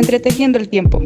Entretejiendo el tiempo.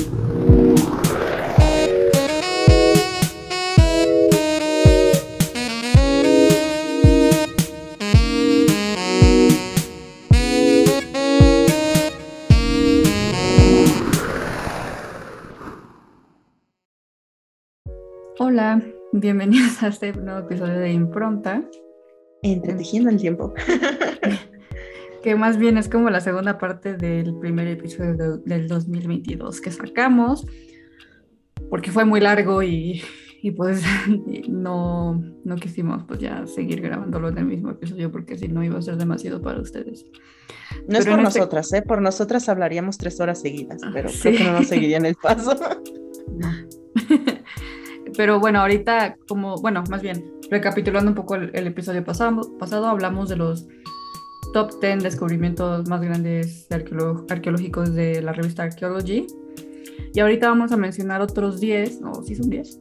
Hola, bienvenidos a este nuevo episodio de Impronta. Entretejiendo el tiempo. Que más bien es como la segunda parte del primer episodio del 2022 que sacamos, porque fue muy largo y pues no quisimos pues ya seguir grabándolo en el mismo episodio porque si no iba a ser demasiado para ustedes. No es Pero por en este... nosotras, por nosotras hablaríamos 3 horas seguidas, pero creo que no nos Sí, seguirían el paso. no. Pero bueno, ahorita más bien, recapitulando un poco el episodio pasado, hablamos de los top 10 descubrimientos más grandes arqueológicos de la revista Archaeology. Y ahorita vamos a mencionar otros 10, o sí son 10.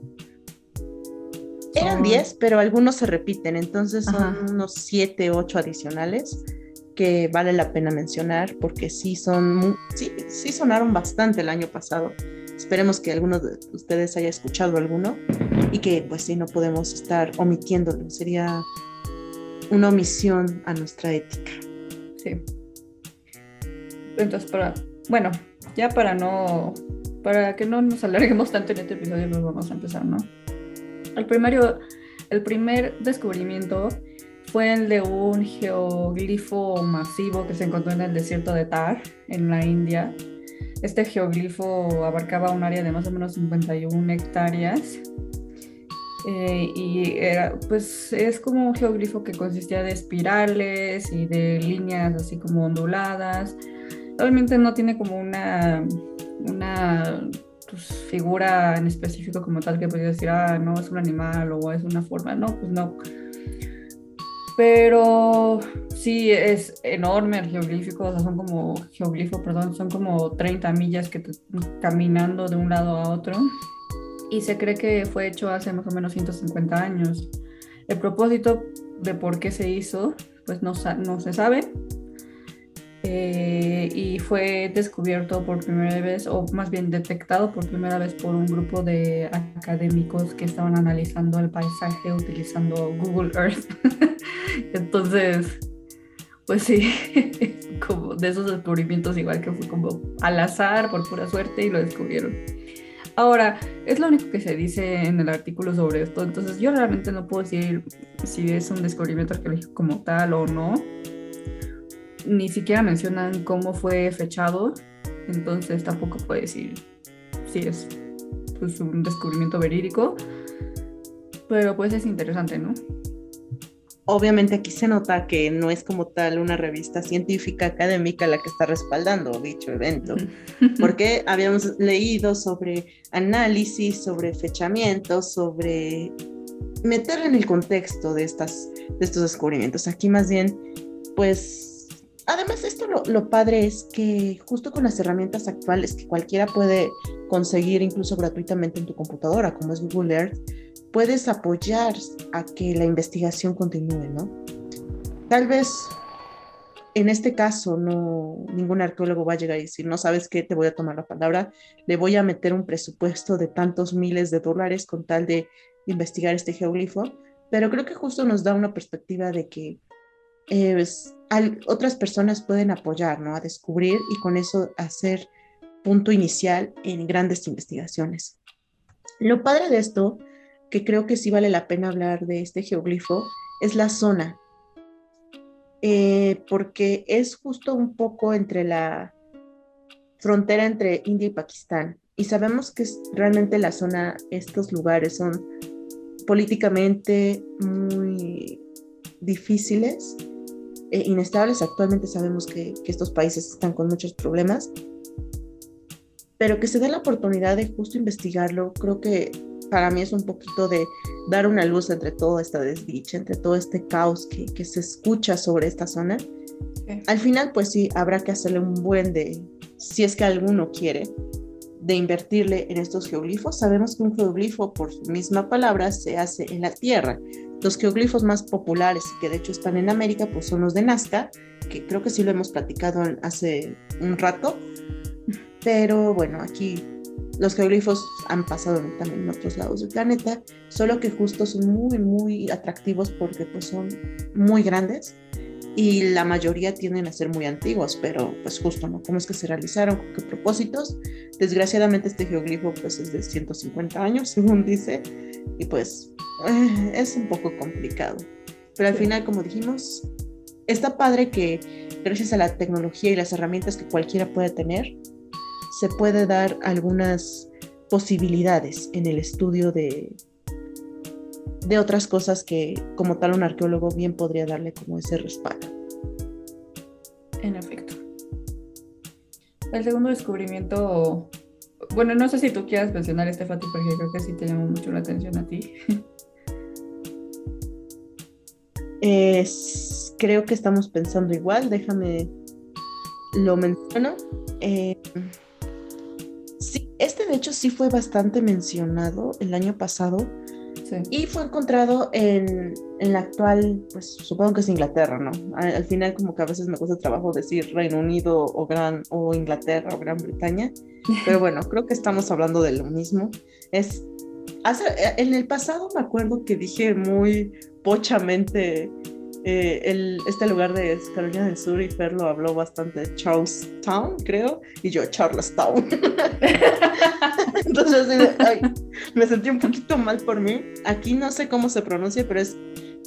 Eran 10, pero algunos se repiten, entonces son Ajá. unos 7, 8 adicionales que vale la pena mencionar porque sí sonaron bastante el año pasado. Esperemos que alguno de ustedes haya escuchado alguno y que pues sí no podemos estar omitiéndolo. Sería una omisión a nuestra ética. Sí. Entonces, para que no nos alarguemos tanto en este episodio, pues vamos a empezar, ¿no? El primer descubrimiento fue el de un geoglifo masivo que se encontró en el desierto de Thar, en la India. Este geoglifo abarcaba un área de más o menos 51 hectáreas. Y era, pues es como un geoglifo que consistía de espirales y de líneas así como onduladas. Realmente no tiene como una pues, figura en específico como tal que podría decir, no, es un animal o es una forma. No, pues no. Pero sí es enorme el geoglífico, o sea, son como 30 millas caminando de un lado a otro. Y se cree que fue hecho hace más o menos 150 años. El propósito de por qué se hizo, pues no se sabe. Y fue descubierto por primera vez, o más bien detectado por primera vez por un grupo de académicos que estaban analizando el paisaje utilizando Google Earth. Entonces, pues sí, como de esos descubrimientos igual que fue como al azar, por pura suerte, y lo descubrieron. Ahora, es lo único que se dice en el artículo sobre esto, entonces yo realmente no puedo decir si es un descubrimiento arqueológico como tal o no. Ni siquiera mencionan cómo fue fechado, entonces tampoco puedo decir si es pues, un descubrimiento verídico, pero pues es interesante, ¿no? Obviamente aquí se nota que no es como tal una revista científica académica la que está respaldando dicho evento, porque habíamos leído sobre análisis, sobre fechamientos, sobre meter en el contexto de estos descubrimientos. Aquí más bien, pues, además esto lo padre es que justo con las herramientas actuales que cualquiera puede conseguir incluso gratuitamente en tu computadora, como es Google Earth, puedes apoyar a que la investigación continúe, ¿no? Tal vez en este caso ningún arqueólogo va a llegar y decir, no sabes qué, te voy a tomar la palabra, le voy a meter un presupuesto de tantos miles de dólares con tal de investigar este geoglifo, pero creo que justo nos da una perspectiva de que otras personas pueden apoyar, ¿no? A descubrir y con eso hacer punto inicial en grandes investigaciones. Lo padre de esto, que creo que sí vale la pena hablar de este geoglifo, es la zona, porque es justo un poco entre la frontera entre India y Pakistán. Y sabemos que realmente la zona, estos lugares son políticamente muy difíciles e inestables. Actualmente sabemos que estos países están con muchos problemas, pero que se dé la oportunidad de justo investigarlo, creo que para mí es un poquito de dar una luz entre toda esta desdicha, entre todo este caos que se escucha sobre esta zona. Sí. Al final, pues sí, habrá que hacerle un buen si es que alguno quiere, de invertirle en estos geoglifos. Sabemos que un geoglifo, por su misma palabra, se hace en la tierra. Los geoglifos más populares y que de hecho están en América, pues son los de Nazca, que creo que sí lo hemos platicado hace un rato. pero bueno, aquí los geoglifos han pasado también en otros lados del planeta, solo que justo son muy, muy atractivos porque pues son muy grandes y la mayoría tienden a ser muy antiguos, pero pues justo, ¿no? ¿Cómo es que se realizaron? ¿Con qué propósitos? Desgraciadamente este geoglifo pues es de 150 años, según dice, y pues es un poco complicado. Pero al final, como dijimos, está padre que gracias a la tecnología y las herramientas que cualquiera puede tener, se puede dar algunas posibilidades en el estudio de otras cosas que como tal un arqueólogo bien podría darle como ese respaldo. En efecto. El segundo descubrimiento, bueno, no sé si tú quieras mencionar este, Fati, porque creo que sí te llamó mucho la atención a ti. Creo que estamos pensando igual, déjame lo menciono. Sí, este de hecho sí fue bastante mencionado el año pasado. Sí. Y fue encontrado en la actual, pues supongo que es Inglaterra, ¿no? Al final como que a veces me cuesta trabajo decir Reino Unido o Inglaterra o Gran Bretaña, pero bueno, creo que estamos hablando de lo mismo. En el pasado me acuerdo que dije muy pochamente este lugar de Carolina del Sur y Fer lo habló bastante de Charlestown, creo, y yo Charlestown. Entonces me sentí un poquito mal por mí. Aquí no sé cómo se pronuncia, pero es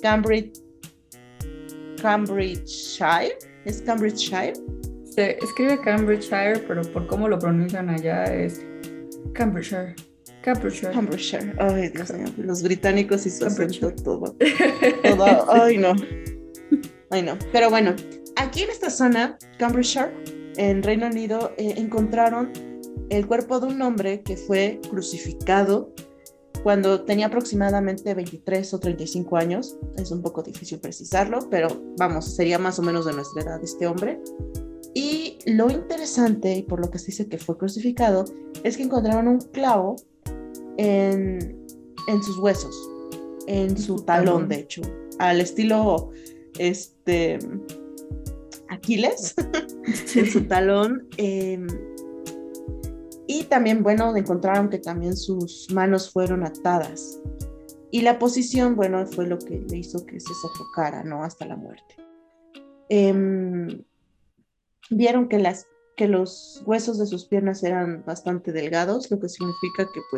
Cambridgeshire. ¿Es Cambridgeshire? Se escribe Cambridgeshire, pero por cómo lo pronuncian allá es Cambridgeshire. Cambridgeshire. Ay, Dios mío, los británicos y su acento todo. Ay, no. Pero bueno, aquí en esta zona, Cambridgeshire, en Reino Unido, encontraron el cuerpo de un hombre que fue crucificado cuando tenía aproximadamente 23 o 35 años. Es un poco difícil precisarlo, pero vamos, sería más o menos de nuestra edad este hombre. Y lo interesante, y por lo que se dice que fue crucificado, es que encontraron un clavo en sus huesos, en su talón, de hecho, al estilo Aquiles, en su talón. Y también, bueno, encontraron que también sus manos fueron atadas. Y la posición, bueno, fue lo que le hizo que se sofocara, ¿no? Hasta la muerte. Vieron que los huesos de sus piernas eran bastante delgados, lo que significa que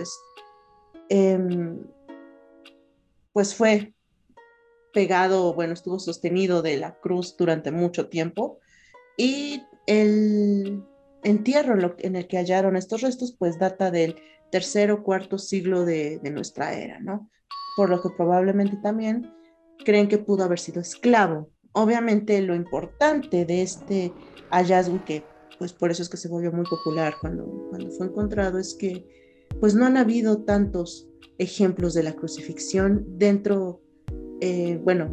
pues fue pegado, bueno, estuvo sostenido de la cruz durante mucho tiempo. Y el entierro en el que hallaron estos restos, pues data del tercer o cuarto siglo de nuestra era, ¿no? Por lo que probablemente también creen que pudo haber sido esclavo. Obviamente lo importante de este hallazgo, que pues por eso es que se volvió muy popular cuando fue encontrado, es que pues no han habido tantos ejemplos de la crucifixión dentro, bueno,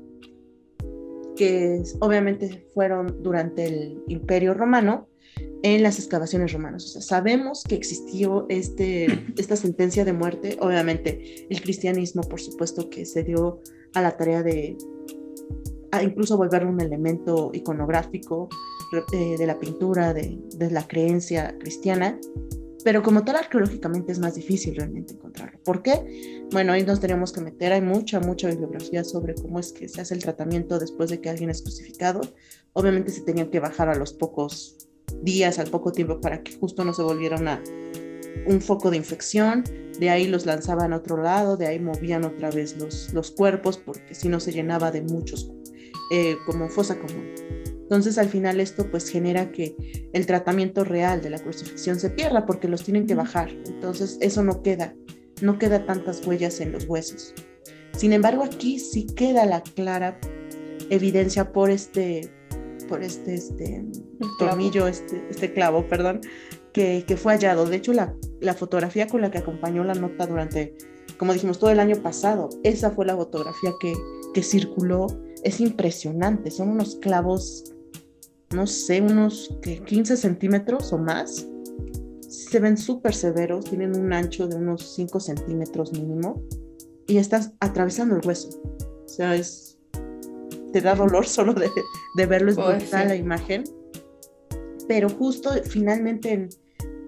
que obviamente fueron durante el Imperio Romano, en las excavaciones romanas. O sea, sabemos que existió esta sentencia de muerte. Obviamente el cristianismo, por supuesto, que se dio a la tarea de incluso volver un elemento iconográfico de la pintura, de la creencia cristiana, pero como tal arqueológicamente es más difícil realmente encontrarlo. ¿Por qué? Bueno, ahí nos tenemos que meter, hay mucha bibliografía sobre cómo es que se hace el tratamiento después de que alguien es crucificado. Obviamente se tenían que bajar a los pocos días, al poco tiempo, para que justo no se volviera un foco de infección. De ahí los lanzaban a otro lado, de ahí movían otra vez los cuerpos, porque si no se llenaba de muchos, como fosa común. Entonces al final esto pues genera que el tratamiento real de la crucifixión se pierda porque los tienen que bajar. Entonces eso no queda tantas huellas en los huesos. Sin embargo, aquí sí queda la clara evidencia por este tornillo, este clavo, perdón, que fue hallado. De hecho, la fotografía con la que acompañó la nota durante, como dijimos, todo el año pasado, esa fue la fotografía que circuló. Es impresionante, son unos clavos, no sé, unos 15 centímetros o más. Se ven súper severos, tienen un ancho de unos 5 centímetros mínimo y estás atravesando el hueso. O sea, te da dolor solo de verlo, es brutal la imagen. Pero justo finalmente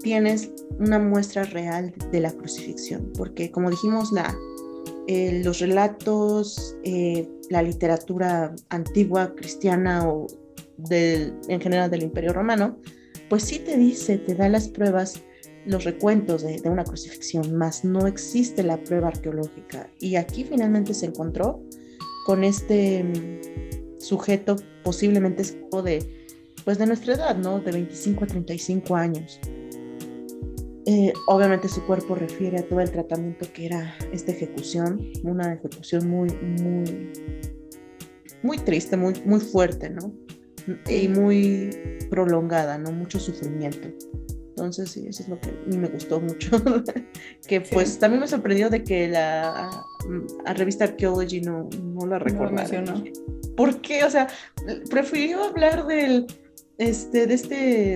tienes una muestra real de la crucifixión, porque como dijimos, los relatos, la literatura antigua cristiana o en general del Imperio Romano, pues sí te da las pruebas, los recuentos de una crucifixión, más no existe la prueba arqueológica. Y aquí finalmente se encontró con este sujeto posiblemente esclavo de nuestra edad, ¿no? De 25 a 35 años. Obviamente su cuerpo refiere a todo el tratamiento que era esta ejecución, una ejecución muy, muy, muy triste, muy, muy fuerte, ¿no? Y muy prolongada, ¿no? Mucho sufrimiento. Entonces, sí, eso es lo que a mí me gustó mucho. Que pues también me sorprendió de que la revista Archaeology no la recordara. No. ¿Por qué? O sea, prefirió hablar de este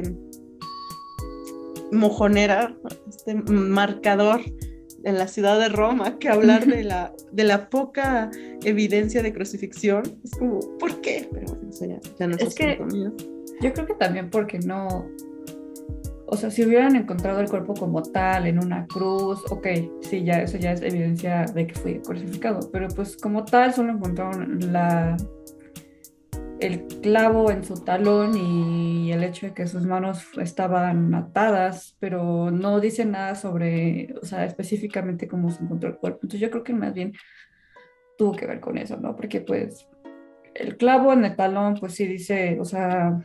mojonera, este marcador en la ciudad de Roma, que hablar de la poca evidencia de crucifixión. Es como, ¿por qué? Pero bueno, eso ya no es asunto mío. Yo creo que también porque no, o sea, si hubieran encontrado el cuerpo como tal en una cruz, ok, sí, ya eso ya es evidencia de que fue crucificado, pero pues como tal solo encontraron el clavo en su talón y el hecho de que sus manos estaban atadas, pero no dice nada sobre, o sea, específicamente cómo se encontró el cuerpo. Entonces yo creo que más bien tuvo que ver con eso, ¿no? Porque pues el clavo en el talón, pues sí dice, o sea,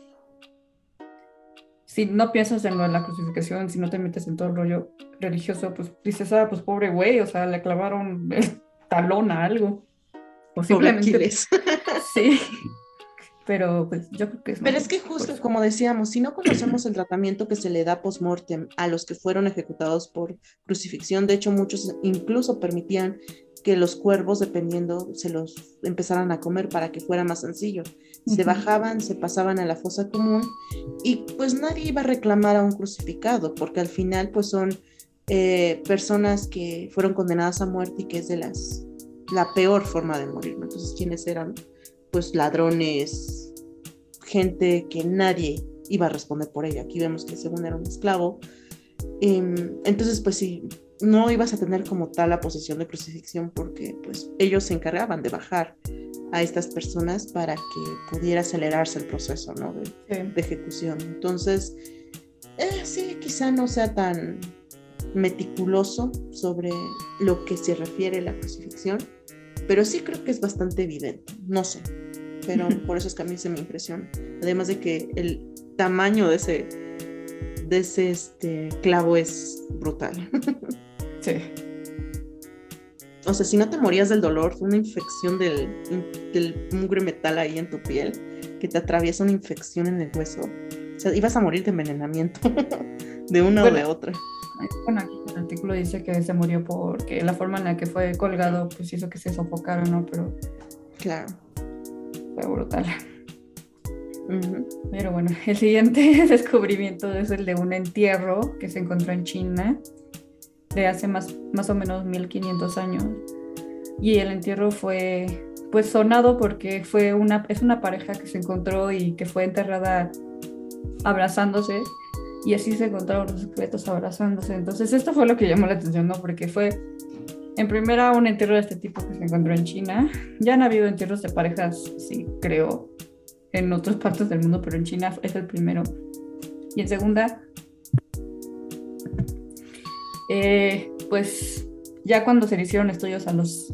si no piensas en lo de la crucifixión, si no te metes en todo el rollo religioso, pues dices, pues pobre güey, o sea, le clavaron el talón a algo. O simplemente, pobre Aquiles. Sí. Pero pues yo creo que es... Pero es que justo como decíamos, si no conocemos el tratamiento que se le da post-mortem a los que fueron ejecutados por crucifixión, de hecho muchos incluso permitían que los cuervos, dependiendo, se los empezaran a comer para que fuera más sencillo. Se bajaban, se pasaban a la fosa común y pues nadie iba a reclamar a un crucificado, porque al final pues son personas que fueron condenadas a muerte y que es la peor forma de morir, ¿no? Entonces, ¿quiénes eran? Pues ladrones, gente que nadie iba a responder por ella. Aquí vemos que según era un esclavo. Entonces, pues sí, no ibas a tener como tal la posesión de crucifixión porque pues ellos se encargaban de bajar a estas personas para que pudiera acelerarse el proceso, ¿no? de ejecución. Entonces, sí, quizá no sea tan meticuloso sobre lo que se refiere a la crucifixión, pero sí creo que es bastante evidente, no sé, pero por eso es que a mí se me impresiona, además de que el tamaño de ese clavo es brutal. Sí. O sea, si no te morías del dolor, fue una infección del mugre metal ahí en tu piel, que te atraviesa una infección en el hueso. O sea, ibas a morir de envenenamiento, de una o de otra. Bueno, aquí el artículo dice que se murió porque la forma en la que fue colgado pues hizo que se sofocara, ¿no? Pero claro, fue brutal. Pero bueno, el siguiente descubrimiento es el de un entierro que se encontró en China de hace más o menos 1500 años. Y el entierro fue pues sonado porque es una pareja que se encontró y que fue enterrada abrazándose, y así se encontraron los esqueletos abrazándose. Entonces esto fue lo que llamó la atención, ¿no? Porque fue en primera un entierro de este tipo que se encontró en China. Ya han habido entierros de parejas, sí, creo, en otras partes del mundo, pero en China es el primero. Y en segunda, pues ya cuando se le hicieron estudios a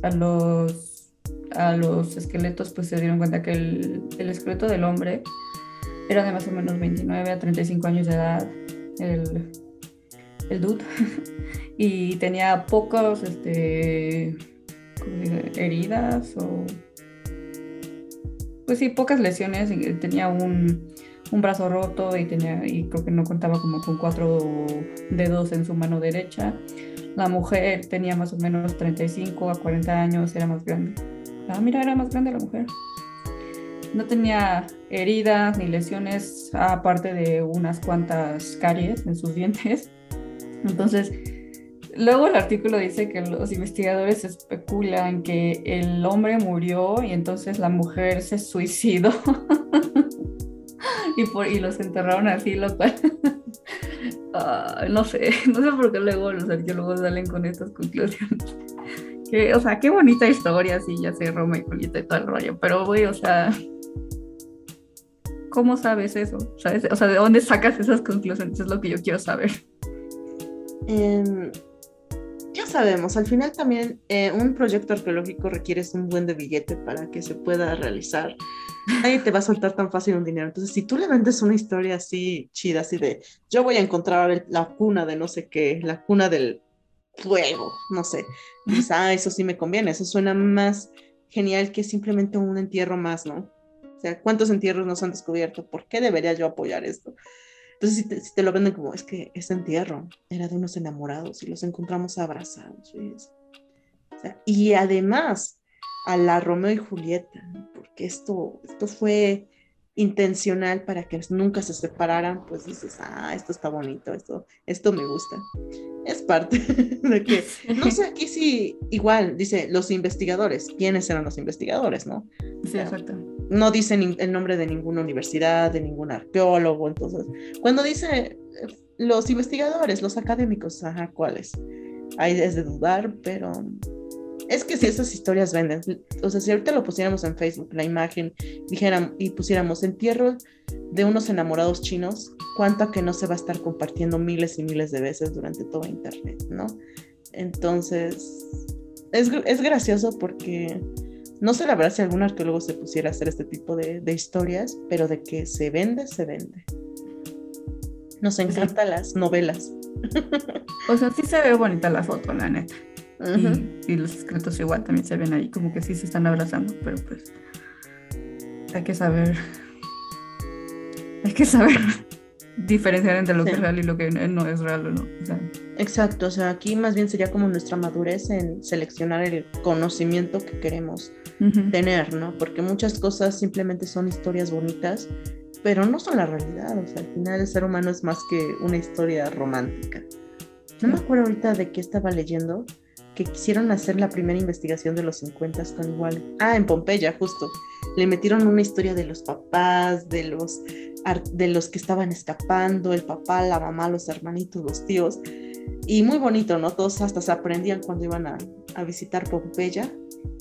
los esqueletos, pues se dieron cuenta que el esqueleto del hombre era de más o menos 29 a 35 años de edad, el dude, y tenía pocos heridas o pues sí, pocas lesiones. Tenía un brazo roto y creo que no contaba como con 4 dedos en su mano derecha. La mujer tenía más o menos 35 a 40 años, era más grande. Mira, era más grande la mujer. No tenía heridas ni lesiones, aparte de unas cuantas caries en sus dientes. Entonces, luego el artículo dice que los investigadores especulan que el hombre murió y entonces la mujer se suicidó y los enterraron así, lo cual No sé, no sé por qué luego los arqueólogos salen con estas conclusiones. Que, o sea, qué bonita historia, sí, ya sé, Roma y Julieta y todo el rollo, pero güey, o sea, ¿cómo sabes eso? ¿Sabes? O sea, ¿de dónde sacas esas conclusiones? Es lo que yo quiero saber. Em, ya sabemos, al final también un proyecto arqueológico requiere un buen de billete para que se pueda realizar. Nadie te va a soltar tan fácil un dinero. Entonces, si tú le vendes una historia así chida, así de yo voy a encontrar la cuna de no sé qué, la cuna del fuego, no sé, dices, eso sí me conviene, eso suena más genial que simplemente un entierro más, ¿no? O sea, ¿cuántos entierros nos han descubierto? ¿Por qué debería yo apoyar esto? Entonces, si te lo venden como, es que ese entierro era de unos enamorados y los encontramos abrazados, ¿ves? O sea, y además, a la Romeo y Julieta, ¿no? Porque esto fue intencional para que nunca se separaran, pues dices, esto está bonito, esto me gusta. Es parte de que, no sé, Sí, aquí sí, igual, dice los investigadores, ¿quiénes eran los investigadores, no? O sí, sea, exacto. no dice el nombre de ninguna universidad, de ningún arqueólogo, entonces, cuando dice los investigadores, los académicos, ajá, ¿cuáles? Ahí es de dudar, pero es que si Sí, esas historias venden, o sea, si ahorita lo pusiéramos en Facebook, la imagen, dijeran y pusiéramos entierro de unos enamorados chinos, cuánto que no se va a estar compartiendo miles y miles de veces durante todo Internet, ¿no? Entonces, es gracioso porque no sé la verdad si algún arqueólogo se pusiera a hacer este tipo de historias, pero de que se vende, se vende. Nos sí. encantan las novelas. O sea, sí se ve bonita la foto, la neta. Ujú. Y los escritos igual también se ven ahí, como que sí se están abrazando, pero pues hay que saber, hay que saber diferenciar entre lo Sí. que es real y lo que no es real o no. O sea, Exacto, o sea, aquí más bien sería como nuestra madurez en seleccionar el conocimiento que queremos ujú, tener, ¿no? Porque muchas cosas simplemente son historias bonitas, pero no son la realidad, o sea, al final el ser humano es más que una historia romántica. No me sí. acuerdo ahorita de qué estaba leyendo, que quisieron hacer la primera investigación de los 50 con igual. En Pompeya, justo. Le metieron una historia de los papás, de los que estaban escapando, el papá, la mamá, los hermanitos, los tíos. Y muy bonito, ¿no? Todos hasta se aprendían cuando iban a visitar Pompeya.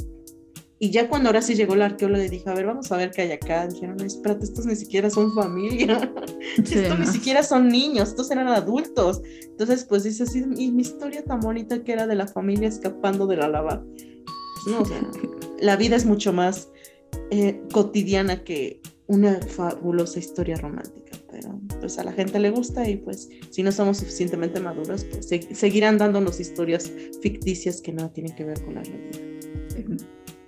Y ya cuando ahora sí llegó el arqueólogo y dijo, a ver, vamos a ver qué hay acá. Dijeron, no, espérate, estos ni siquiera son familia. Sí, Estos ni no. siquiera son niños, estos eran adultos. Entonces, pues dice así, y mi historia tan bonita que era de la familia escapando de la lava. Pues no, o sea, la vida es mucho más cotidiana que una fabulosa historia romántica. Pero pues a la gente le gusta y pues si no somos suficientemente maduros, pues seguirán dándonos historias ficticias que no tienen que ver con la realidad. Sí, no.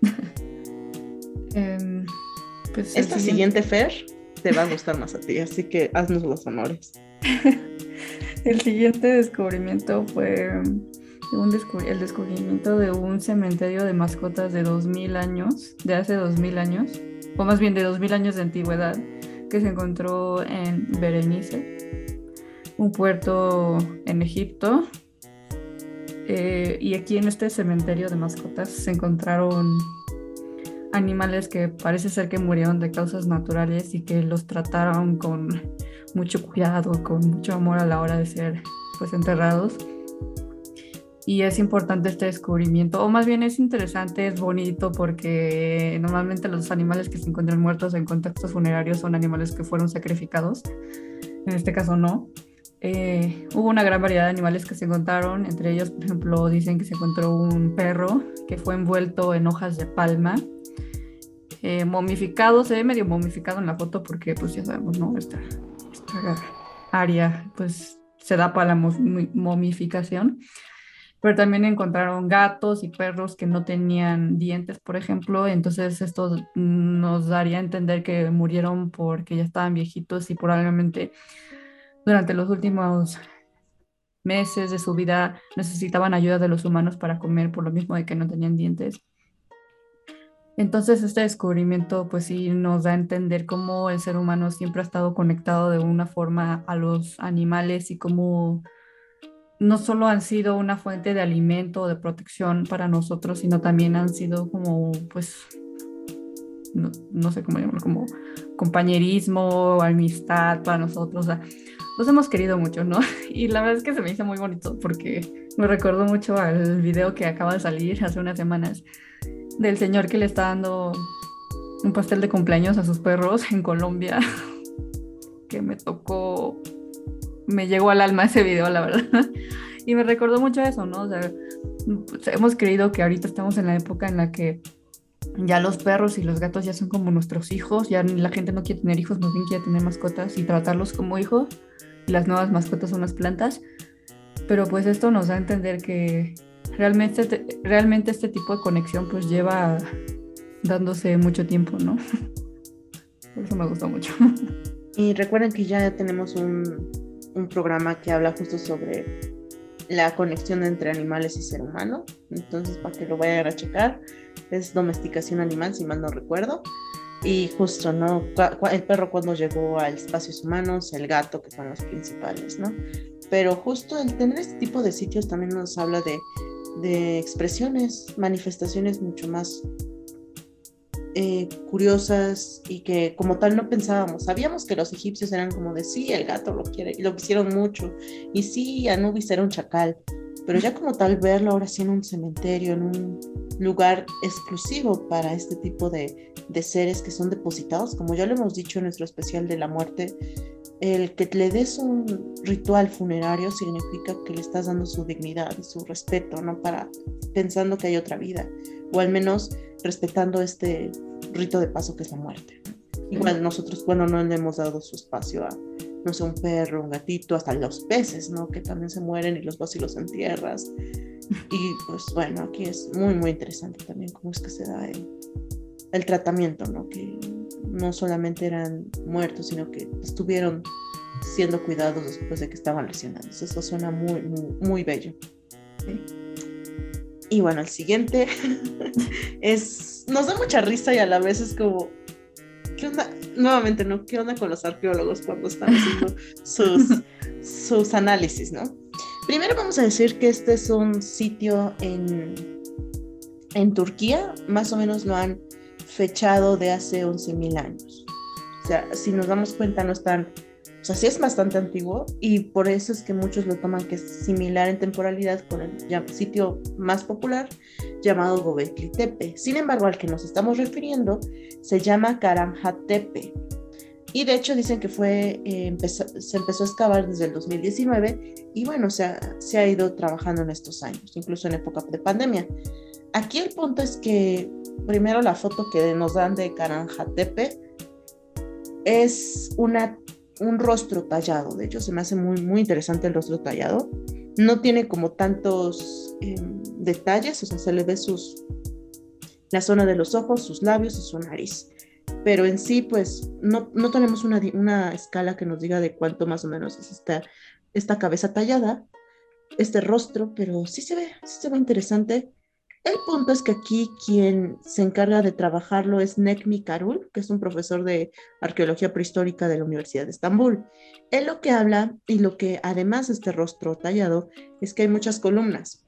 Em, pues el Esta siguiente, siguiente Fer te va a gustar más a ti, así que haznos los honores. el siguiente descubrimiento fue el descubrimiento de un cementerio de mascotas de 2000 años, de hace 2000 años, o más bien de 2000 años de antigüedad, que se encontró en Berenice, un puerto en Egipto. Y aquí en este cementerio de mascotas se encontraron animales que parece ser que murieron de causas naturales y que los trataron con mucho cuidado, con mucho amor a la hora de ser pues enterrados. Y es importante este descubrimiento, o más bien es interesante, es bonito, porque normalmente los animales que se encuentran muertos en contextos funerarios son animales que fueron sacrificados, en este caso no. Hubo una gran variedad de animales que se encontraron, entre ellos, por ejemplo, dicen que se encontró un perro que fue envuelto en hojas de palma, momificado, se ve medio momificado en la foto porque pues ya sabemos, ¿no? Esta área pues se da para la momificación, pero también encontraron gatos y perros que no tenían dientes, por ejemplo, entonces esto nos daría a entender que murieron porque ya estaban viejitos y probablemente durante los últimos meses de su vida necesitaban ayuda de los humanos para comer por lo mismo de que no tenían dientes. Entonces este descubrimiento pues sí nos da a entender cómo el ser humano siempre ha estado conectado de una forma a los animales y cómo no solo han sido una fuente de alimento o de protección para nosotros, sino también han sido como pues no sé cómo llamarlo, como compañerismo, amistad para nosotros. O sea, los hemos querido mucho, ¿no? Y la verdad es que se me hizo muy bonito porque me recordó mucho al video que acaba de salir hace unas semanas del señor que le está dando un pastel de cumpleaños a sus perros en Colombia, que me tocó, me llegó al alma ese video, la verdad. Y me recordó mucho eso, ¿no? O sea, pues, hemos creído que ahorita estamos en la época en la que ya los perros y los gatos ya son como nuestros hijos, ya la gente no quiere tener hijos, más bien quiere tener mascotas y tratarlos como hijos, y las nuevas mascotas son las plantas, pero pues esto nos da a entender que realmente este tipo de conexión pues lleva dándose mucho tiempo, ¿no? Por eso me gustó mucho. Y recuerden que ya tenemos un programa que habla justo sobre la conexión entre animales y ser humano, entonces para que lo vayan a checar, es domesticación animal, si mal no recuerdo, y justo, ¿no? El perro cuando llegó a espacios humanos, el gato, que son los principales, ¿no? Pero justo el tener este tipo de sitios también nos habla de expresiones, manifestaciones mucho más curiosas y que como tal no pensábamos. Sabíamos que los egipcios eran como de sí, el gato lo quiere y lo quisieron mucho y sí, Anubis era un chacal, pero ya como tal verlo ahora sí en un cementerio, en un lugar exclusivo para este tipo de seres que son depositados, como ya lo hemos dicho en nuestro especial de la muerte, el que le des un ritual funerario significa que le estás dando su dignidad y su respeto, ¿no? Para pensando que hay otra vida, o al menos respetando este rito de paso que es la muerte. Igual nosotros, bueno, no le hemos dado su espacio a, no sé, un perro, un gatito, hasta los peces, ¿no? Que también se mueren y los vas y los entierras. Y pues bueno, aquí es muy, muy interesante también cómo es que se da el tratamiento, ¿no? Que no solamente eran muertos, sino que estuvieron siendo cuidados después de que estaban lesionados. Eso suena muy, muy, muy bello. ¿Sí? Y bueno, el siguiente nos da mucha risa y a la vez es como, ¿qué onda? Nuevamente, ¿no? ¿Qué onda con los arqueólogos cuando están haciendo sus análisis, ¿no? Primero vamos a decir que este es un sitio en Turquía, más o menos lo han fechado de hace 11.000 años. O sea, si nos damos cuenta, no están, o sea, sí es bastante antiguo y por eso es que muchos lo toman que es similar en temporalidad con el sitio más popular llamado Göbekli Tepe. Sin embargo, al que nos estamos refiriendo se llama Karamhat Tepe. Y de hecho dicen que se empezó a excavar desde el 2019 y bueno, se ha ido trabajando en estos años, incluso en época de pandemia. Aquí el punto es que primero la foto que nos dan de Karamhat Tepe es un rostro tallado. De hecho se me hace muy, muy interesante el rostro tallado. No tiene como tantos detalles, o sea, se le ve la zona de los ojos, sus labios y su nariz. Pero en sí, pues, no tenemos una escala que nos diga de cuánto más o menos es esta cabeza tallada, este rostro, pero sí se ve interesante. El punto es que aquí quien se encarga de trabajarlo es Necmi Karul, que es un profesor de arqueología prehistórica de la Universidad de Estambul. Él lo que habla, y lo que además de este rostro tallado, es que hay muchas columnas.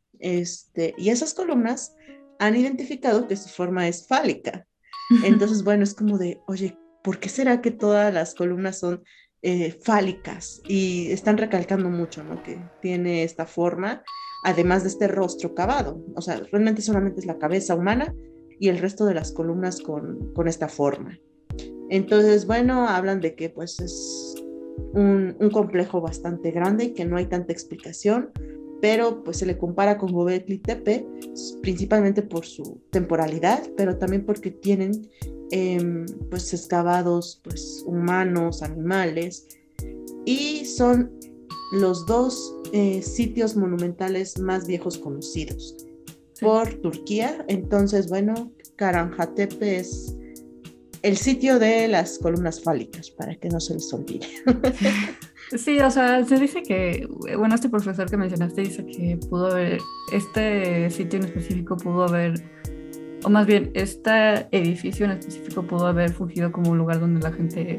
Y esas columnas han identificado que su forma es fálica. Entonces, bueno, es como de, oye, ¿por qué será que todas las columnas son fálicas? Y están recalcando mucho, ¿no? Que tiene esta forma, además de este rostro cavado. O sea, realmente solamente es la cabeza humana y el resto de las columnas con esta forma. Entonces, bueno, hablan de que pues es un complejo bastante grande y que no hay tanta explicación, pero pues se le compara con Göbekli Tepe principalmente por su temporalidad, pero también porque tienen pues excavados pues humanos, animales, y son los dos sitios monumentales más viejos conocidos por Turquía. Entonces, bueno, Karamhat Tepe es el sitio de las columnas fálicas, para que no se les olvide. Sí, o sea, se dice que, bueno, este profesor que mencionaste dice que pudo haber, este sitio en específico pudo haber, o más bien, este edificio en específico pudo haber fungido como un lugar donde la gente,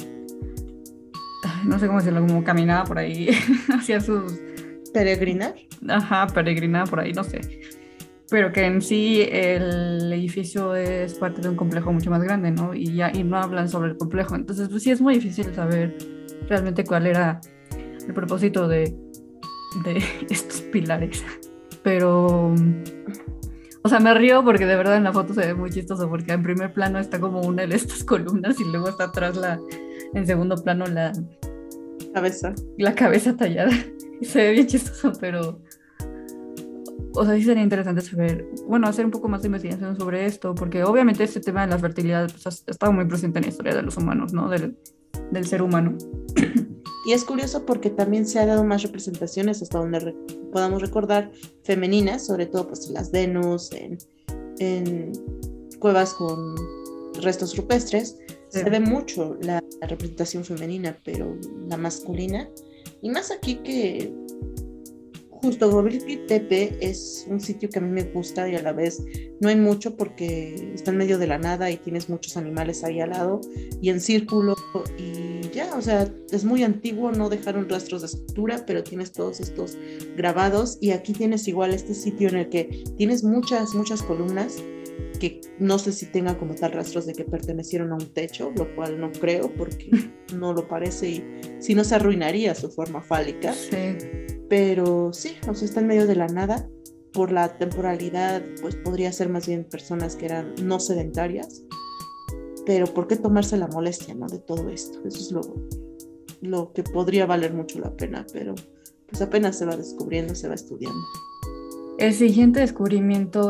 no sé cómo decirlo, como caminaba por ahí hacia sus... ¿Peregrinar? Ajá, peregrinaba por ahí, no sé. Pero que en sí el edificio es parte de un complejo mucho más grande, ¿no? Y no hablan sobre el complejo. Entonces, pues sí es muy difícil saber realmente cuál era el propósito de estos pilares. Pero, o sea, me río porque de verdad en la foto se ve muy chistoso, porque en primer plano está como una de estas columnas y luego está atrás en segundo plano Cabeza. la cabeza tallada. Y se ve bien chistoso, pero, o sea, sí sería interesante saber, bueno, hacer un poco más de investigación sobre esto, porque obviamente este tema de la fertilidad pues, ha estado muy presente en la historia de los humanos, ¿no? Del ser humano. Y es curioso porque también se ha dado más representaciones hasta donde podamos recordar femeninas, sobre todo pues en las Venus, en cuevas con restos rupestres, Sí. se ve mucho la representación femenina, pero la masculina, y más aquí que justo Göbekli Tepe es un sitio que a mí me gusta y a la vez no hay mucho porque está en medio de la nada y tienes muchos animales ahí al lado y en círculo y ya, o sea, es muy antiguo, no dejaron rastros de escultura, pero tienes todos estos grabados y aquí tienes igual este sitio en el que tienes muchas, muchas columnas que no sé si tengan como tal rastros de que pertenecieron a un techo, lo cual no creo porque no lo parece y si no se arruinaría su forma fálica. Sí. Pero sí, o sea, está en medio de la nada. Por la temporalidad, pues podría ser más bien personas que eran no sedentarias. Pero ¿por qué tomarse la molestia, no, de todo esto? Eso es lo que podría valer mucho la pena, pero pues apenas se va descubriendo, se va estudiando. El siguiente descubrimiento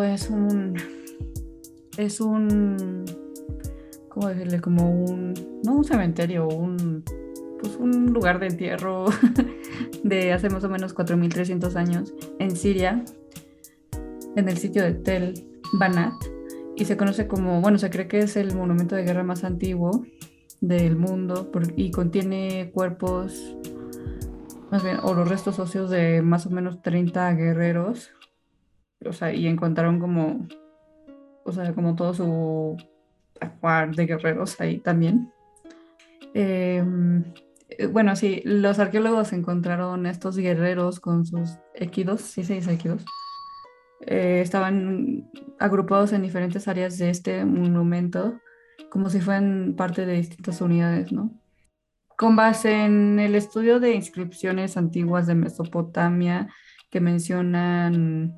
¿cómo decirle? Como no un cementerio, pues un lugar de entierro de hace más o menos 4.300 años en Siria, en el sitio de Tel Banat, y se conoce como, bueno, se cree que es el monumento de guerra más antiguo del mundo y contiene cuerpos, más bien, o los restos óseos de más o menos 30 guerreros, o sea, y encontraron como, o sea, como todo su ajuar de guerreros ahí también. Bueno, sí, los arqueólogos encontraron estos guerreros con sus equidos, sí se dice equidos. Estaban agrupados en diferentes áreas de este monumento, como si fueran parte de distintas unidades, ¿no? Con base en el estudio de inscripciones antiguas de Mesopotamia que mencionan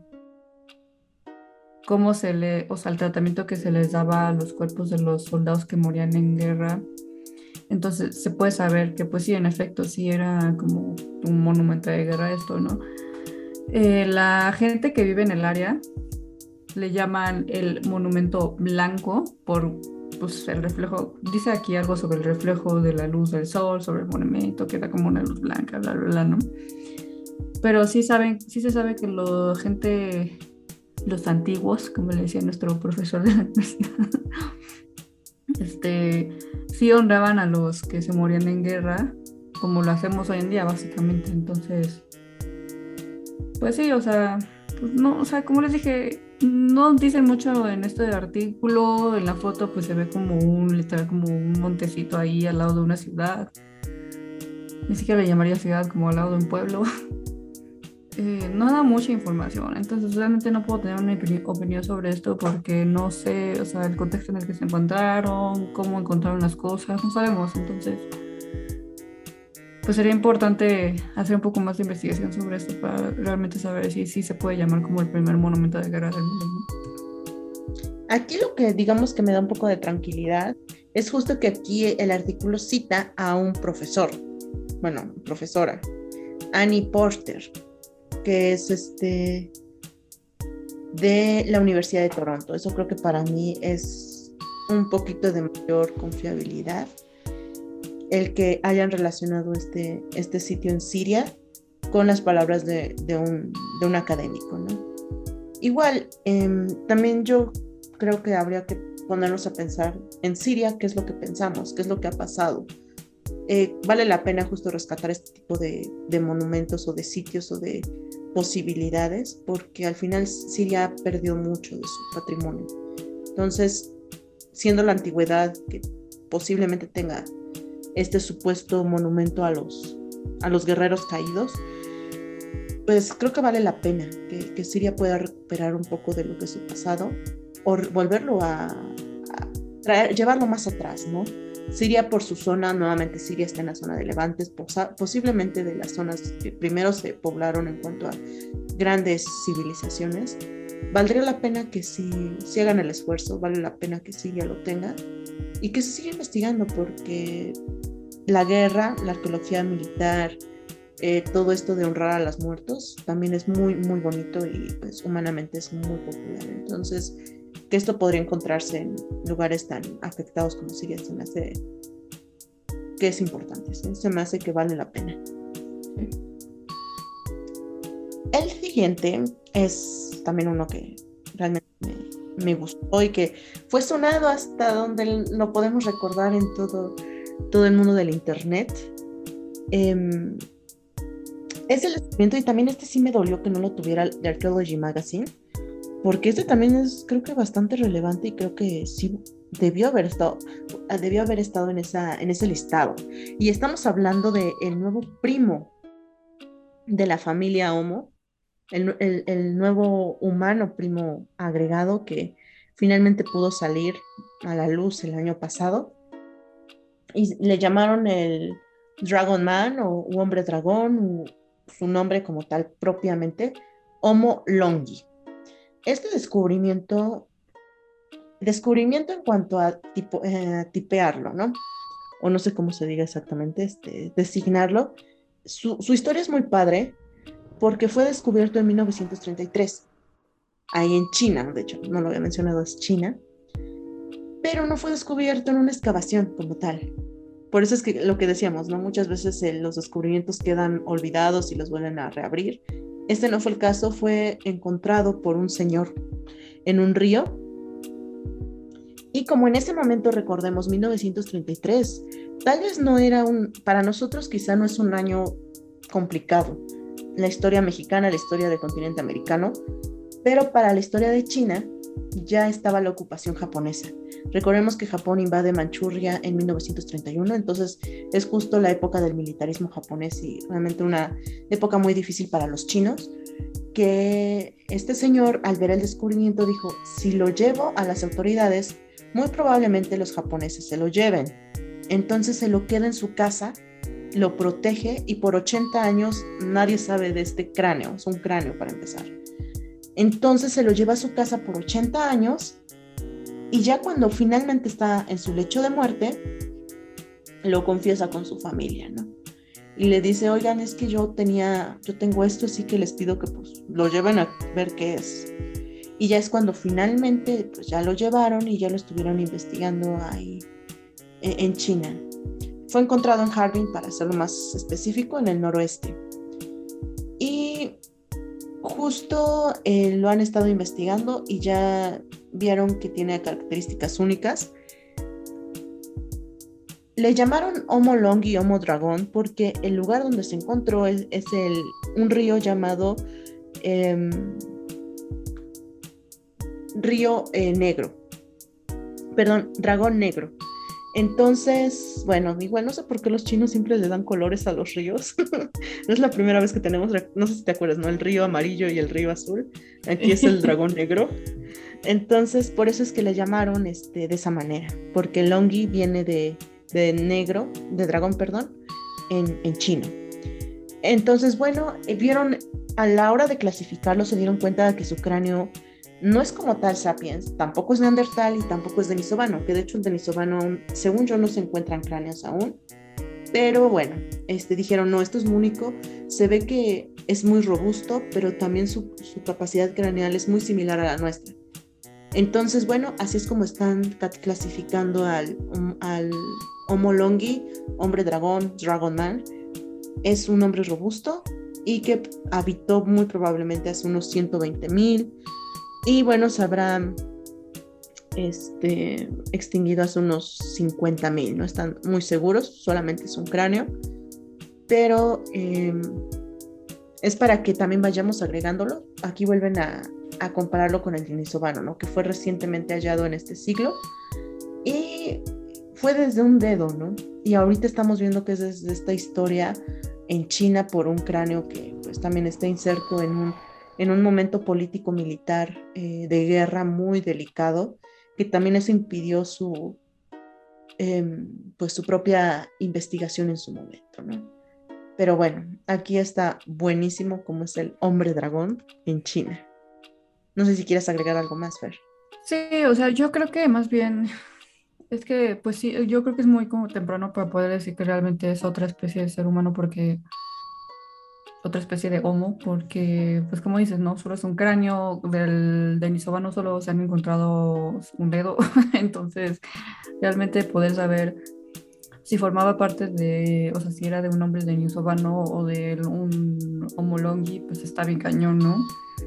o sea, el tratamiento que se les daba a los cuerpos de los soldados que morían en guerra. Entonces se puede saber que pues sí, en efecto, sí era como un monumento de guerra esto, ¿no? La gente que vive en el área le llaman el monumento blanco por pues, el reflejo, dice aquí algo sobre el reflejo de la luz del sol, sobre el monumento, que da como una luz blanca, bla, bla, bla, ¿no? Pero sí se sabe que los antiguos, como le decía nuestro profesor de la universidad, sí honraban a los que se morían en guerra, como lo hacemos hoy en día, básicamente. Entonces, pues sí, o sea, pues no, o sea, como les dije, no dicen mucho en este artículo, en la foto pues se ve literal como un montecito ahí al lado de una ciudad. Ni siquiera le llamaría ciudad, como al lado de un pueblo. No da mucha información, entonces realmente no puedo tener una opinión sobre esto porque no sé, o sea, el contexto en el que se encontraron, cómo encontraron las cosas, no sabemos, entonces pues sería importante hacer un poco más de investigación sobre esto para realmente saber si sí se puede llamar como el primer monumento de guerra del mundo, ¿no? Aquí lo que digamos que me da un poco de tranquilidad es justo que aquí el artículo cita a un profesor, bueno, profesora, Annie Porter, que es de la Universidad de Toronto. Eso creo que para mí es un poquito de mayor confiabilidad, el que hayan relacionado este sitio en Siria con las palabras de un académico, ¿no? Igual, también yo creo que habría que ponernos a pensar en Siria, qué es lo que pensamos, qué es lo que ha pasado. Vale la pena justo rescatar este tipo de monumentos o de sitios o de posibilidades, porque al final Siria perdió mucho de su patrimonio. Entonces, siendo la antigüedad que posiblemente tenga este supuesto monumento a los guerreros caídos, pues creo que vale la pena que Siria pueda recuperar un poco de lo que es su pasado o volverlo a traer, llevarlo más atrás, ¿no? Siria por su zona, nuevamente Siria está en la zona de Levantes, posiblemente de las zonas que primero se poblaron en cuanto a grandes civilizaciones. Valdría la pena que sí hagan el esfuerzo, vale la pena que Siria lo tenga y que se siga investigando, porque la guerra, la arqueología militar, todo esto de honrar a los muertos también es muy, muy bonito y pues humanamente es muy popular. Entonces, que esto podría encontrarse en lugares tan afectados como Siria, se me hace que es importante, ¿sí? Se me hace que vale la pena. El siguiente es también uno que realmente me gustó y que fue sonado hasta donde lo podemos recordar en todo el mundo del internet. Es el descubrimiento, y también este sí me dolió que no lo tuviera de Archaeology Magazine, porque este también es, creo que bastante relevante, y creo que sí debió haber estado en ese listado. Y estamos hablando de el nuevo primo de la familia Homo, el nuevo humano primo agregado que finalmente pudo salir a la luz el año pasado, y le llamaron el Dragon Man o Hombre Dragón, su nombre como tal propiamente, Homo longi. Este descubrimiento en cuanto a tipearlo, ¿no? O no sé cómo se diga exactamente, designarlo. Su historia es muy padre porque fue descubierto en 1933, ahí en China, de hecho, no lo había mencionado, es China, pero no fue descubierto en una excavación como tal. Por eso es que lo que decíamos, ¿no? Muchas veces los descubrimientos quedan olvidados y los vuelven a reabrir. Este no fue el caso, fue encontrado por un señor en un río. Y como en ese momento, recordemos, 1933, tal vez no era para nosotros quizá no es un año complicado, la historia mexicana, la historia del continente americano, pero para la historia de China ya estaba la ocupación japonesa. Recordemos que Japón invade Manchuria en 1931, entonces es justo la época del militarismo japonés y realmente una época muy difícil para los chinos, que este señor al ver el descubrimiento dijo, si lo llevo a las autoridades, muy probablemente los japoneses se lo lleven. Entonces se lo queda en su casa, lo protege y por 80 años nadie sabe de este cráneo, es un cráneo para empezar. Entonces se lo lleva a su casa por 80 años y ya cuando finalmente está en su lecho de muerte, lo confiesa con su familia, ¿no? Y le dice, oigan, es que yo tengo esto, así que les pido que pues lo lleven a ver qué es. Y ya es cuando finalmente pues ya lo llevaron y ya lo estuvieron investigando ahí en China. Fue encontrado en Harbin, para serlo más específico, en el noroeste. Y justo lo han estado investigando y ya vieron que tiene características únicas. Le llamaron Homo longi, Homo dragón, porque el lugar donde se encontró es un río llamado Río Negro. Perdón, Dragón Negro. Entonces, bueno, igual no sé por qué los chinos siempre le dan colores a los ríos. No es la primera vez que tenemos, no sé si te acuerdas, ¿no? El río amarillo y el río azul. Aquí es el dragón negro. Entonces, por eso es que le llamaron de esa manera, porque longi viene de negro, de dragón, perdón, en chino. Entonces, bueno, vieron, a la hora de clasificarlo, se dieron cuenta de que su cráneo no es como tal sapiens, tampoco es neandertal y tampoco es denisovano, que de hecho en denisovano, según yo, no se encuentran cráneos aún, pero bueno, dijeron, no, esto es muy único, se ve que es muy robusto, pero también su capacidad craneal es muy similar a la nuestra. Entonces, bueno, así es como están clasificando al Homo longi, hombre dragón, Dragon Man. Es un hombre robusto y que habitó muy probablemente hace unos 120,000. Y bueno, se habrá extinguido hace unos 50,000, no están muy seguros, solamente es un cráneo, pero es para que también vayamos agregándolo. Aquí vuelven a compararlo con el denisovano, ¿no? Que fue recientemente hallado en este siglo y fue desde un dedo, ¿no? Y ahorita estamos viendo que es desde esta historia en China por un cráneo que pues también está inserto en un momento político militar de guerra muy delicado, que también eso impidió su pues su propia investigación en su momento, ¿no? Pero bueno, aquí está buenísimo como es el hombre dragón en China. No sé si quieres agregar algo más, Fer. Sí, o sea, yo creo que más bien es que, pues sí, yo creo que es muy como temprano para poder decir que realmente es otra especie de ser humano, porque otra especie de homo, porque, pues como dices, no solo es un cráneo, del denisovano solo se han encontrado un dedo, entonces realmente poder saber si formaba parte de, o sea, si era de un hombre denisovano o de un homo longi, pues está bien cañón, ¿no?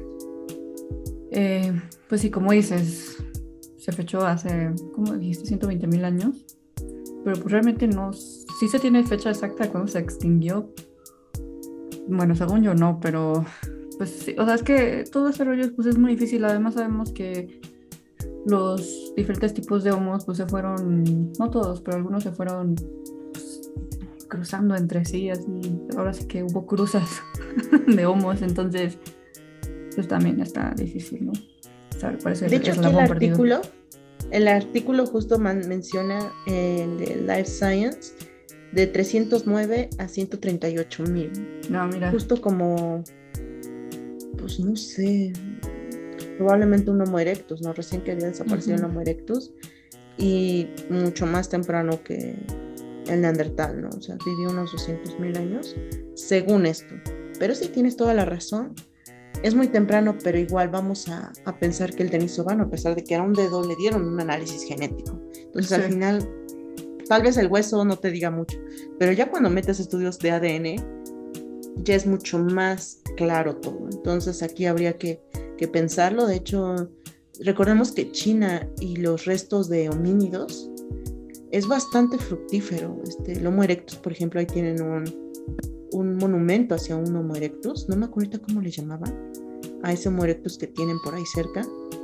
Eh, pues sí, como dices, se fechó hace, ¿cómo dijiste? 120.000 años, pero pues realmente no, sí se tiene fecha exacta de cuando se extinguió. Bueno, según yo no, pero pues sí, o sea, es que todo ese rollo pues es muy difícil. Además sabemos que los diferentes tipos de homos pues se fueron, no todos, pero algunos se fueron pues, cruzando entre sí, así. Ahora sí que hubo cruzas de homos, entonces pues también está difícil, ¿no? Saber cuál es De el hecho, aquí eslabón perdido. el artículo justo menciona el de Life Science de 309 a 138.000. No, mira. Justo como, pues no sé, probablemente un Homo erectus, ¿no? Recién que había desaparecido el Ujú. Homo erectus y mucho más temprano que el Neandertal, ¿no? O sea, vivió unos 200.000 años, según esto. Pero sí, tienes toda la razón. Es muy temprano, pero igual vamos a pensar que el denisovano, a pesar de que era un dedo, le dieron un análisis genético. Entonces, al Sí. final, tal vez el hueso no te diga mucho, pero ya cuando metes estudios de ADN, ya es mucho más claro todo. Entonces, aquí habría que pensarlo. De hecho, recordemos que China y los restos de homínidos es bastante fructífero. El Homo erectus, por ejemplo, ahí tienen un monumento hacia un Homo erectus. No me acuerdo cómo le llamaban a ese Homo erectus que tienen por ahí cerca.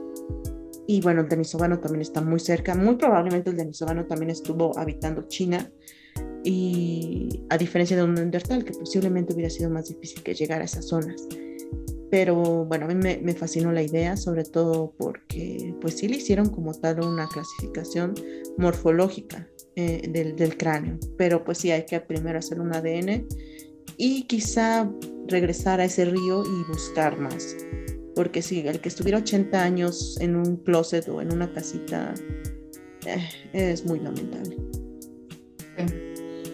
Y bueno, el denisovano también está muy cerca. Muy probablemente el denisovano también estuvo habitando China. Y a diferencia de un Neandertal, que posiblemente hubiera sido más difícil que llegar a esas zonas. Pero bueno, a mí me fascinó la idea, sobre todo porque pues sí le hicieron como tal una clasificación morfológica del cráneo. Pero pues sí hay que primero hacer un ADN y quizá regresar a ese río y buscar más. Porque sí, el que estuviera 80 años en un closet o en una casita es muy lamentable. Sí.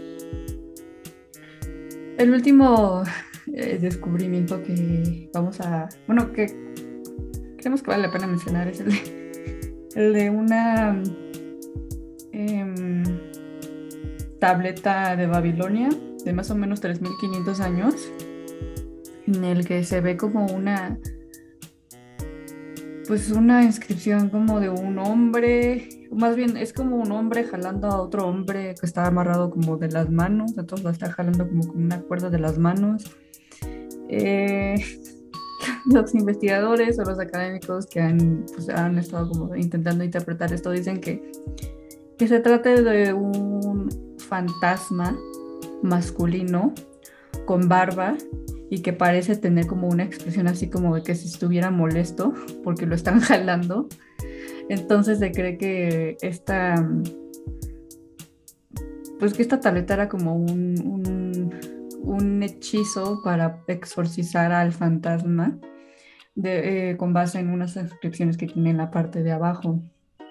El último descubrimiento que vamos a, bueno, que creemos que vale la pena mencionar es el de una em, tableta de Babilonia de más o menos 3.500 años, en el que se ve como pues una inscripción como de un hombre, más bien es como un hombre jalando a otro hombre que está amarrado como de las manos, entonces lo está jalando como con una cuerda de las manos. Eh, los investigadores o los académicos que pues, han estado como intentando interpretar esto dicen que se trata de un fantasma masculino con barba y que parece tener como una expresión así como de que si estuviera molesto porque lo están jalando. Entonces se cree que pues que esta tableta era como un hechizo para exorcizar al fantasma con base en unas inscripciones que tiene en la parte de abajo.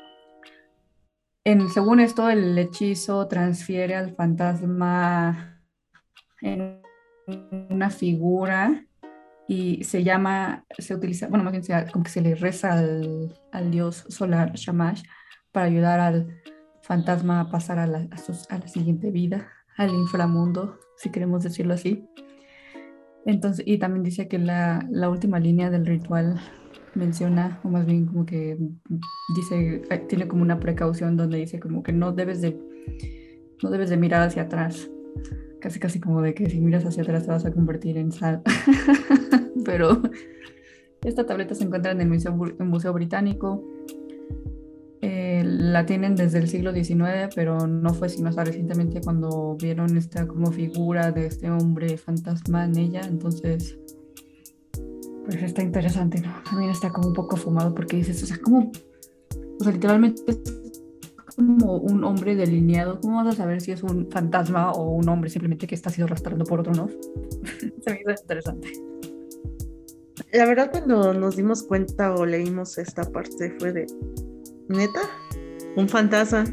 Según esto, el hechizo transfiere al fantasma en una figura y se utiliza, bueno, más bien como que se le reza al dios solar Shamash para ayudar al fantasma a pasar a la siguiente vida, al inframundo, si queremos decirlo así. Entonces, y también dice que la última línea del ritual menciona, o más bien como que dice, tiene como una precaución donde dice como que no debes de mirar hacia atrás, casi casi como de que si miras hacia atrás te vas a convertir en sal. Pero esta tableta se encuentra en el Museo Británico. La tienen desde el siglo XIX, pero no fue sino hasta recientemente cuando vieron esta como figura de este hombre fantasma en ella. Entonces, pues está interesante, ¿no? También está como un poco fumado porque dices, o sea, como, o sea, literalmente es como un hombre delineado, ¿cómo vas a saber si es un fantasma o un hombre simplemente que está siendo arrastrado por otro, no? Se me hizo interesante. La verdad, cuando nos dimos cuenta o leímos esta parte fue de, ¿neta? ¿Un fantasma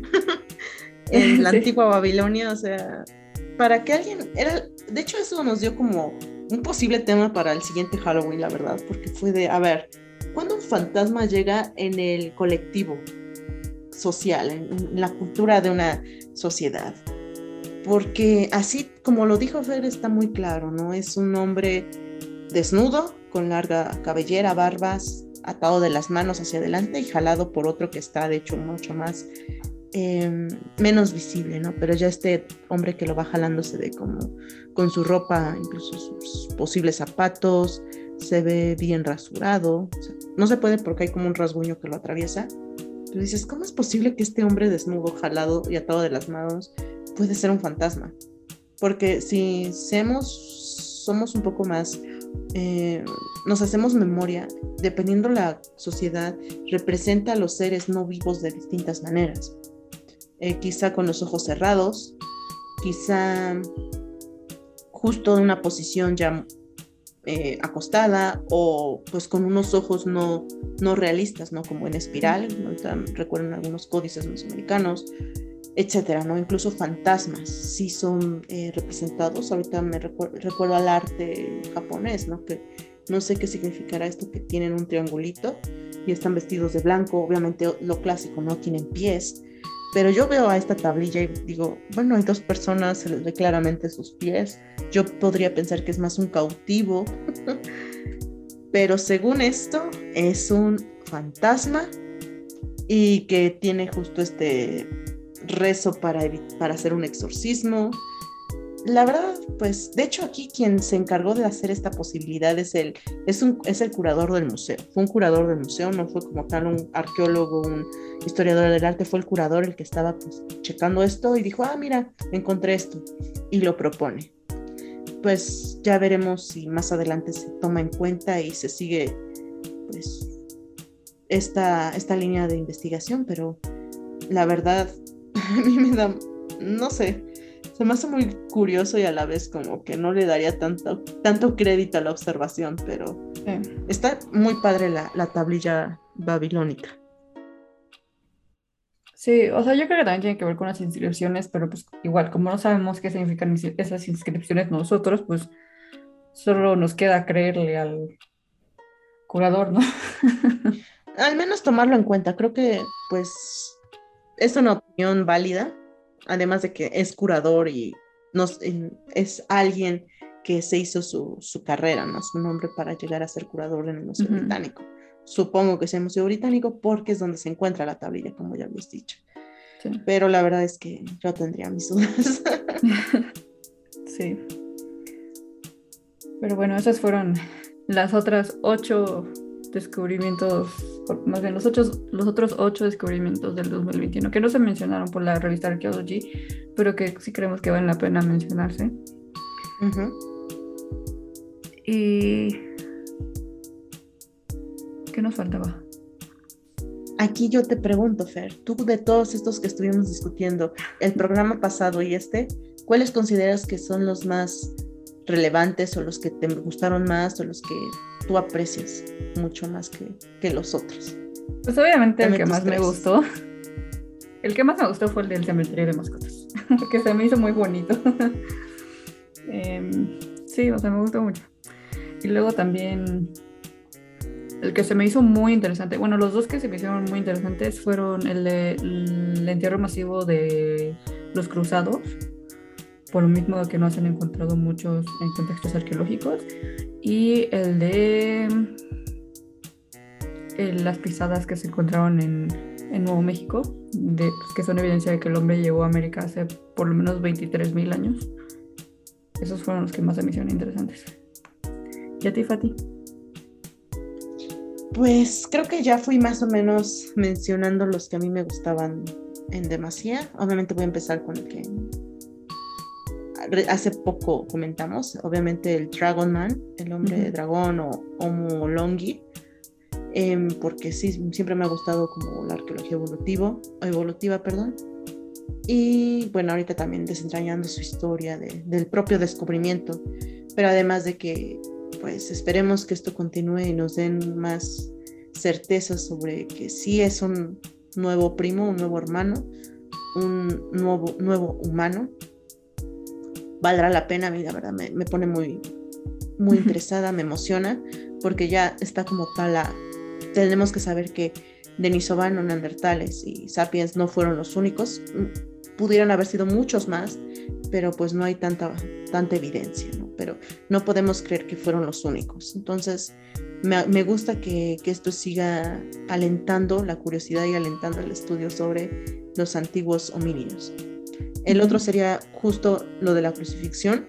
en la Sí. antigua Babilonia? O sea, para que alguien... Era, de hecho, eso nos dio como un posible tema para el siguiente Halloween, la verdad, porque fue de, a ver, ¿cuándo un fantasma llega en el colectivo social, en la cultura de una sociedad? Porque así como lo dijo Fer, está muy claro, ¿no? Es un hombre desnudo, con larga cabellera, barbas, atado de las manos hacia adelante y jalado por otro que está, de hecho, mucho más menos visible, ¿no? Pero ya este hombre que lo va jalando se ve como con su ropa, incluso sus posibles zapatos, se ve bien rasurado. O sea, no se puede porque hay como un rasguño que lo atraviesa. Pero dices, ¿cómo es posible que este hombre desnudo, jalado y atado de las manos puede ser un fantasma? Porque si somos un poco más, eh, nos hacemos memoria, dependiendo la sociedad, representa a los seres no vivos de distintas maneras. Quizá con los ojos cerrados, quizá justo en una posición ya acostada o pues con unos ojos no realistas, ¿no? Como en espiral, ¿no? Recuerdan algunos códices mesoamericanos, etcétera, ¿no? Incluso fantasmas sí son representados. Ahorita recuerdo al arte japonés, ¿no? Que no sé qué significará esto, que tienen un triangulito y están vestidos de blanco, obviamente lo clásico, no tienen pies, pero yo veo a esta tablilla y digo, bueno, hay dos personas, se les ve claramente sus pies, yo podría pensar que es más un cautivo, pero según esto es un fantasma y que tiene justo este rezo para hacer un exorcismo. La verdad, pues, de hecho aquí quien se encargó de hacer esta posibilidad es el curador del museo. Fue un curador del museo, no fue como tal un arqueólogo, un historiador del arte, fue el curador el que estaba pues checando esto y dijo, mira, encontré esto y lo propone. Pues ya veremos si más adelante se toma en cuenta y se sigue pues esta línea de investigación, pero la verdad a mí me da, no sé, se me hace muy curioso y a la vez como que no le daría tanto crédito a la observación, pero Sí. está muy padre la tablilla babilónica. Sí, o sea, yo creo que también tiene que ver con las inscripciones, pero pues igual, como no sabemos qué significan esas inscripciones nosotros, pues solo nos queda creerle al curador, ¿no? Al menos tomarlo en cuenta, creo que pues es una opinión válida, además de que es curador y es alguien que se hizo su carrera, ¿no? Su nombre para llegar a ser curador en el Museo Ujú. Británico. Supongo que es el Museo Británico porque es donde se encuentra la tablilla, como ya habéis dicho. Sí, Pero la verdad es que yo tendría mis dudas. sí. Pero bueno, esas fueron las otras 8 descubrimientos, o más bien los otros 8 descubrimientos del 2021 que no se mencionaron por la revista Archaeology, pero que sí creemos que valen la pena mencionarse. Uh-huh. ¿Y qué nos faltaba? Aquí yo te pregunto, Fer, tú de todos estos que estuvimos discutiendo, el programa pasado y ¿cuáles consideras que son los más relevantes o los que te gustaron más o los que tú aprecias mucho más que los otros? Pues obviamente el Dame que tus más me tres. gustó, el que más me gustó fue el del cementerio de mascotas, porque se me hizo muy bonito. Sí, o sea, me gustó mucho. Y luego también el que se me hizo muy interesante, bueno, los dos que se me hicieron muy interesantes fueron el entierro masivo de los cruzados, por lo mismo de que no se han encontrado muchos en contextos arqueológicos, y el de las pisadas que se encontraron en Nuevo México, pues, que son evidencia de que el hombre llegó a América hace por lo menos 23.000 años. Esos fueron los que más se me hicieron interesantes. ¿Y a ti, Fati? Pues creo que ya fui más o menos mencionando los que a mí me gustaban en demasía. Obviamente voy a empezar con el que hace poco comentamos, obviamente el Dragon Man, el hombre Ujú. dragón o Homo Longi. porque sí, siempre me ha gustado como la arqueología evolutiva, perdón. Y bueno, ahorita también desentrañando su historia del propio descubrimiento, pero además de que pues esperemos que esto continúe y nos den más certezas sobre que sí es un nuevo primo, un nuevo hermano, un nuevo humano. Valdrá la pena. A mí la verdad me pone muy, muy interesada, me emociona, porque ya está como tal tenemos que saber que denisovanos, neandertales y sapiens no fueron los únicos, pudieron haber sido muchos más, pero pues no hay tanta evidencia, ¿no? Pero no podemos creer que fueron los únicos. Entonces me gusta que esto siga alentando la curiosidad y alentando el estudio sobre los antiguos homínidos. El otro sería justo lo de la crucifixión.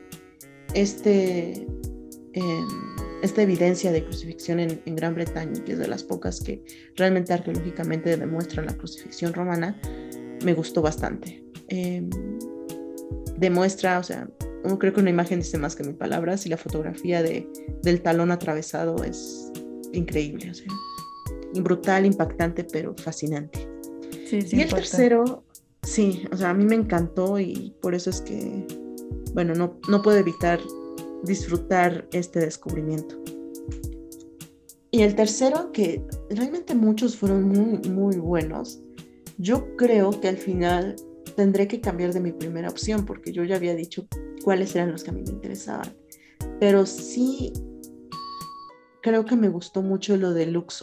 Esta evidencia de crucifixión en Gran Bretaña, que es de las pocas que realmente arqueológicamente demuestran la crucifixión romana, me gustó bastante. Demuestra, o sea, creo que una imagen dice más que mil palabras, y la fotografía del talón atravesado es increíble, o sea, brutal, impactante, pero fascinante. Sí, y el tercero, sí, o sea, a mí me encantó, y por eso es que, bueno, no puedo evitar disfrutar este descubrimiento. Y el tercero, que realmente muchos fueron muy, muy buenos, yo creo que al final tendré que cambiar de mi primera opción, porque yo ya había dicho cuáles eran los que a mí me interesaban, pero sí creo que me gustó mucho lo de Luxor,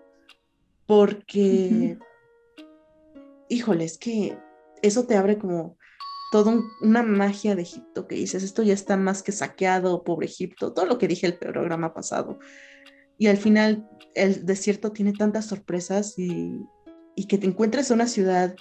porque híjole, es que eso te abre como toda una magia de Egipto, que dices, esto ya está más que saqueado, pobre Egipto, todo lo que dije el programa pasado. Y al final el desierto tiene tantas sorpresas, y que te encuentres una ciudad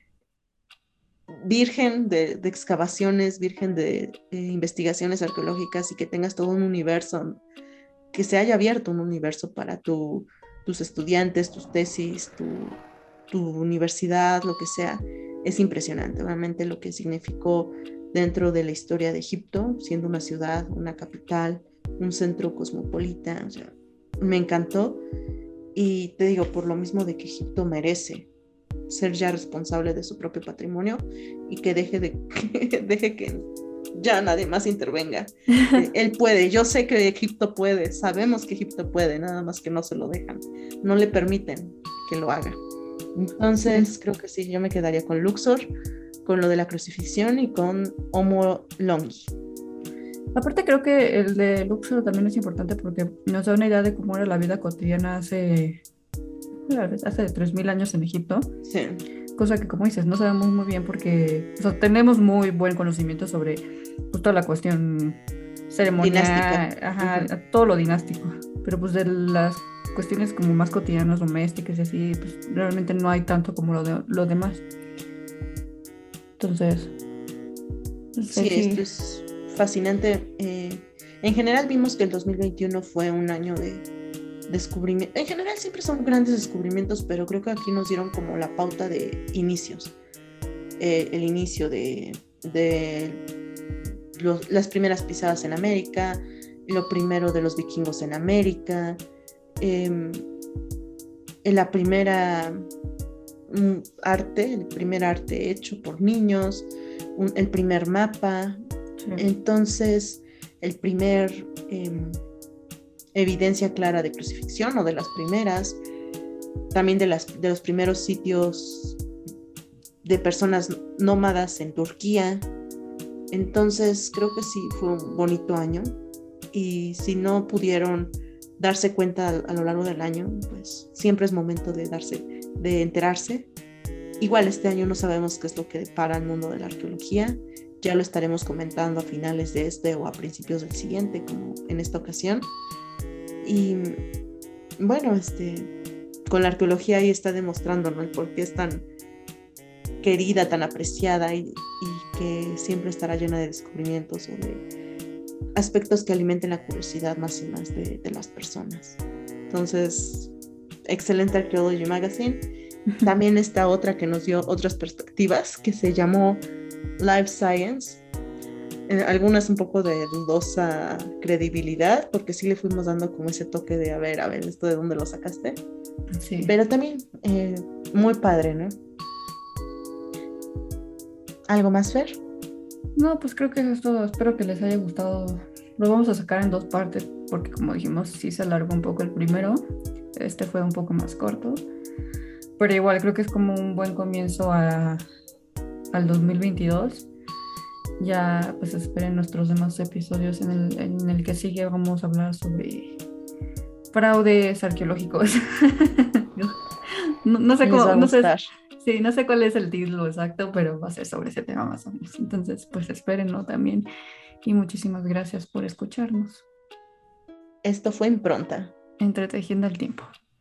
virgen de excavaciones, virgen de investigaciones arqueológicas, y que tengas todo un universo, que se haya abierto un universo para tus estudiantes, tus tesis, tu universidad, lo que sea. Es impresionante, realmente lo que significó dentro de la historia de Egipto, siendo una ciudad, una capital, un centro cosmopolita. O sea, me encantó, y te digo, por lo mismo de que Egipto merece ser ya responsable de su propio patrimonio, y que deje que ya nadie más intervenga. Él puede, yo sé que Egipto puede, sabemos que Egipto puede, nada más que no se lo dejan, no le permiten que lo haga. Entonces creo que sí, yo me quedaría con Luxor, con lo de la crucifixión y con Homo Longi. Aparte creo que el de Luxor también es importante porque nos da una idea de cómo era la vida cotidiana hace 3.000 años en Egipto. Sí. Cosa que, como dices, no sabemos muy bien porque, o sea, tenemos muy buen conocimiento sobre pues, toda la cuestión ceremonial, dinástica. Todo lo dinástico, pero pues de las cuestiones como más cotidianas, domésticas y así, pues realmente no hay tanto como lo demás. Entonces, sí, esto es fascinante. En general vimos que el 2021 fue un año de descubrimiento. En general siempre son grandes descubrimientos, pero creo que aquí nos dieron como la pauta de inicios. El inicio de las primeras pisadas en América, lo primero de los vikingos en América, en la primera el primer arte hecho por niños, el primer mapa. Sí. Entonces, el primer evidencia clara de crucifixión, o de las primeras, también de los primeros sitios de personas nómadas en Turquía. Entonces creo que sí fue un bonito año, y si no pudieron darse cuenta a lo largo del año, pues siempre es momento de enterarse. Igual este año no sabemos qué es lo que depara el mundo de la arqueología, ya lo estaremos comentando a finales de este o a principios del siguiente, como en esta ocasión. Y bueno, con la arqueología ahí está demostrando, ¿no?, el por qué es tan querida, tan apreciada, y que siempre estará llena de descubrimientos o de aspectos que alimenten la curiosidad más y más de las personas. Entonces, excelente Archaeology Magazine. También está otra que nos dio otras perspectivas, que se llamó Life Science. algunas un poco de dudosa credibilidad, porque sí le fuimos dando como ese toque de, a ver, ¿esto de dónde lo sacaste? Sí. Pero también muy padre, ¿no? ¿Algo más, Fer? No, pues creo que eso es todo. Espero que les haya gustado. Lo vamos a sacar en dos partes porque como dijimos, sí se alargó un poco el primero. Este fue un poco más corto. Pero igual creo que es como un buen comienzo al 2022. Ya pues esperen nuestros demás episodios en el que sigue. Vamos a hablar sobre fraudes arqueológicos. No sé Les va cómo, a no sé, gustar. sí, no sé cuál es el título exacto, pero va a ser sobre ese tema más o menos. Entonces, pues espérenlo también. Y muchísimas gracias por escucharnos. Esto fue Impronta. Entretejiendo el tiempo.